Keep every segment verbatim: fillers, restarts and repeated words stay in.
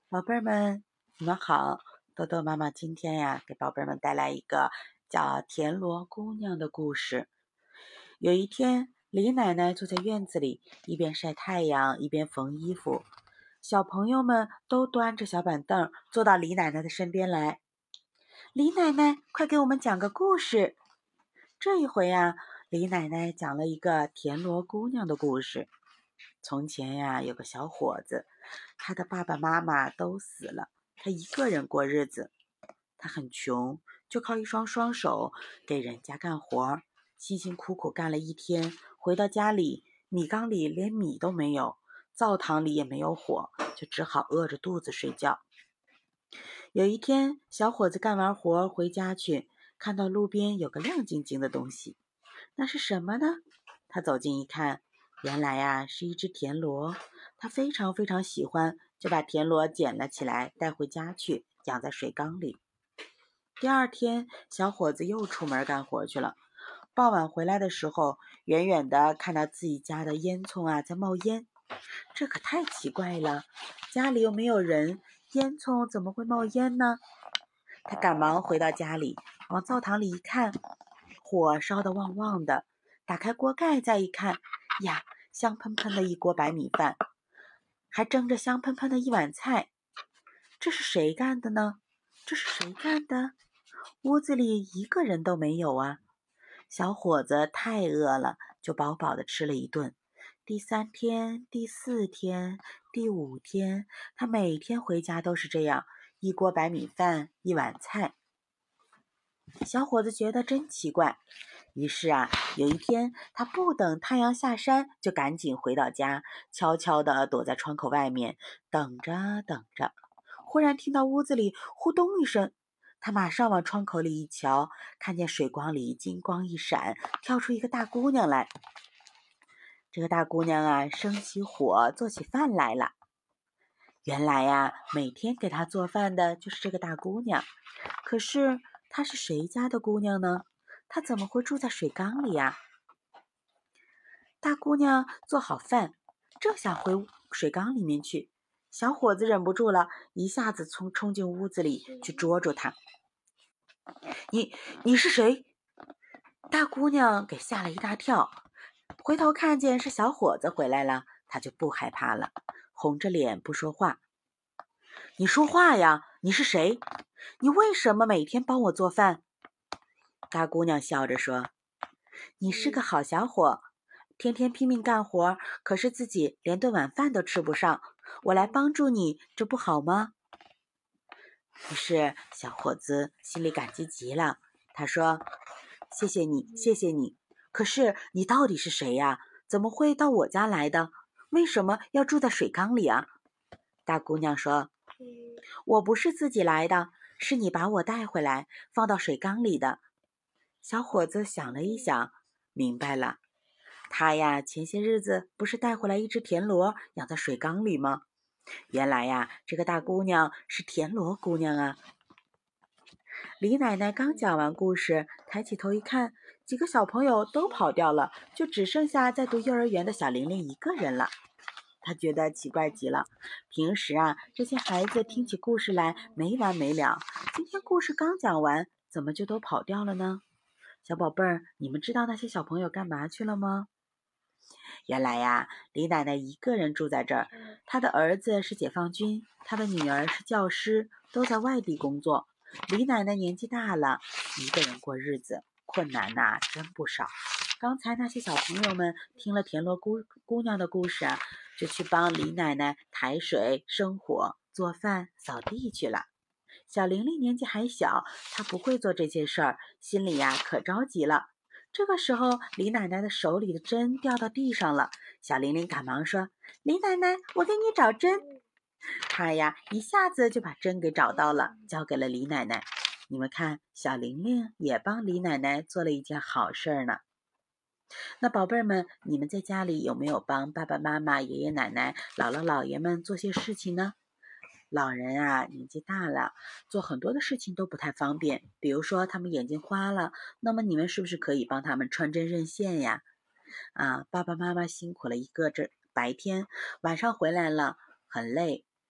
宝贝儿们，你们好！豆豆妈妈今天呀，给宝贝儿们带来一个叫田螺姑娘的故事。有一天，李奶奶坐在院子里，一边晒太阳，一边缝衣服。小朋友们都端着小板凳坐到李奶奶的身边来。李奶奶，快给我们讲个故事。这一回呀，李奶奶讲了一个田螺姑娘的故事。从前呀，有个小伙子，他的爸爸妈妈都死了，他一个人过日子。他很穷，就靠一双双手给人家干活，辛辛苦苦干了一天，回到家里，米缸里连米都没有，灶堂里也没有火，就只好饿着肚子睡觉。有一天，小伙子干完活回家去，看到路边有个亮晶晶的东西，那是什么呢？他走近一看，原来呀，是一只田螺。他非常非常喜欢，就把田螺捡了起来，带回家去，养在水缸里。第二天，小伙子又出门干活去了。傍晚回来的时候，远远的看到自己家的烟囱啊在冒烟，这可太奇怪了，家里又没有人，烟囱怎么会冒烟呢？他赶忙回到家里，往灶堂里一看，火烧得旺旺的，打开锅盖再一看，呀，香喷喷的一锅白米饭，还蒸着香喷喷的一碗菜。这是谁干的呢？这是谁干的？屋子里一个人都没有啊！小伙子太饿了，就饱饱的吃了一顿。第三天、第四天、第五天，他每天回家都是这样，一锅白米饭，一碗菜。小伙子觉得真奇怪，于是啊，有一天他不等太阳下山，就赶紧回到家，悄悄地躲在窗口外面，等着等着。忽然听到屋子里呼咚一声，他马上往窗口里一瞧，看见水光里金光一闪，跳出一个大姑娘来。这个大姑娘啊，生起火，做起饭来了。原来呀，每天给她做饭的就是这个大姑娘。可是她是谁家的姑娘呢？她怎么会住在水缸里呀？大姑娘做好饭，正想回水缸里面去，小伙子忍不住了，一下子冲冲进屋子里去捉住她。你你是谁？大姑娘给吓了一大跳，回头看见是小伙子回来了，她就不害怕了，红着脸不说话。你说话呀，你是谁？你为什么每天帮我做饭？大姑娘笑着说，你是个好小伙，天天拼命干活，可是自己连顿晚饭都吃不上，我来帮助你，这不好吗？于是小伙子心里感激极了，他说，谢谢你，谢谢你，可是你到底是谁呀？怎么会到我家来的？为什么要住在水缸里啊？大姑娘说，我不是自己来的，是你把我带回来，放到水缸里的。小伙子想了一想，明白了，他呀，前些日子不是带回来一只田螺养在水缸里吗？原来呀，这个大姑娘是田螺姑娘啊。李奶奶刚讲完故事，抬起头一看，几个小朋友都跑掉了，就只剩下在读幼儿园的小玲玲一个人了。她觉得奇怪极了，平时啊，这些孩子听起故事来没完没了，今天故事刚讲完，怎么就都跑掉了呢？小宝贝儿，你们知道那些小朋友干嘛去了吗？原来呀，李奶奶一个人住在这儿，她的儿子是解放军，她的女儿是教师，都在外地工作。李奶奶年纪大了，一个人过日子，困难呐、啊、真不少。刚才那些小朋友们听了田螺姑姑娘的故事啊，就去帮李奶奶抬水、生火、做饭、扫地去了。小玲玲年纪还小，她不会做这些事儿，心里呀可着急了。这个时候，李奶奶的手里的针掉到地上了，小玲玲赶忙说：“李奶奶，我给你找针。”她呀一下子就把针给找到了，交给了李奶奶。你们看，小玲玲也帮李奶奶做了一件好事呢。那宝贝儿们，你们在家里有没有帮爸爸妈妈、爷爷奶奶、姥姥姥爷们做些事情呢？老人啊，年纪大了，做很多的事情都不太方便。比如说，他们眼睛花了，那么你们是不是可以帮他们穿针认线呀？啊，爸爸妈妈辛苦了一个这白天，晚上回来了，很累，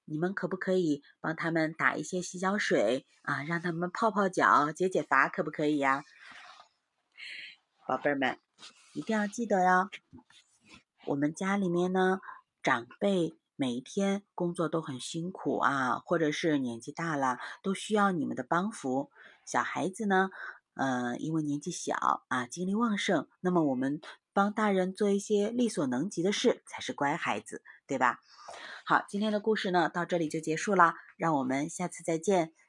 你们可不可以帮他们打一些洗脚水啊，让他们泡泡脚解解乏，可不可以呀？宝贝儿们，一定要记得哟。我们家里面呢，长辈每一天工作都很辛苦啊，或者是年纪大了，都需要你们的帮扶。小孩子呢，呃，因为年纪小啊，精力旺盛，那么我们帮大人做一些力所能及的事，才是乖孩子，对吧？好，今天的故事呢，到这里就结束了，让我们下次再见。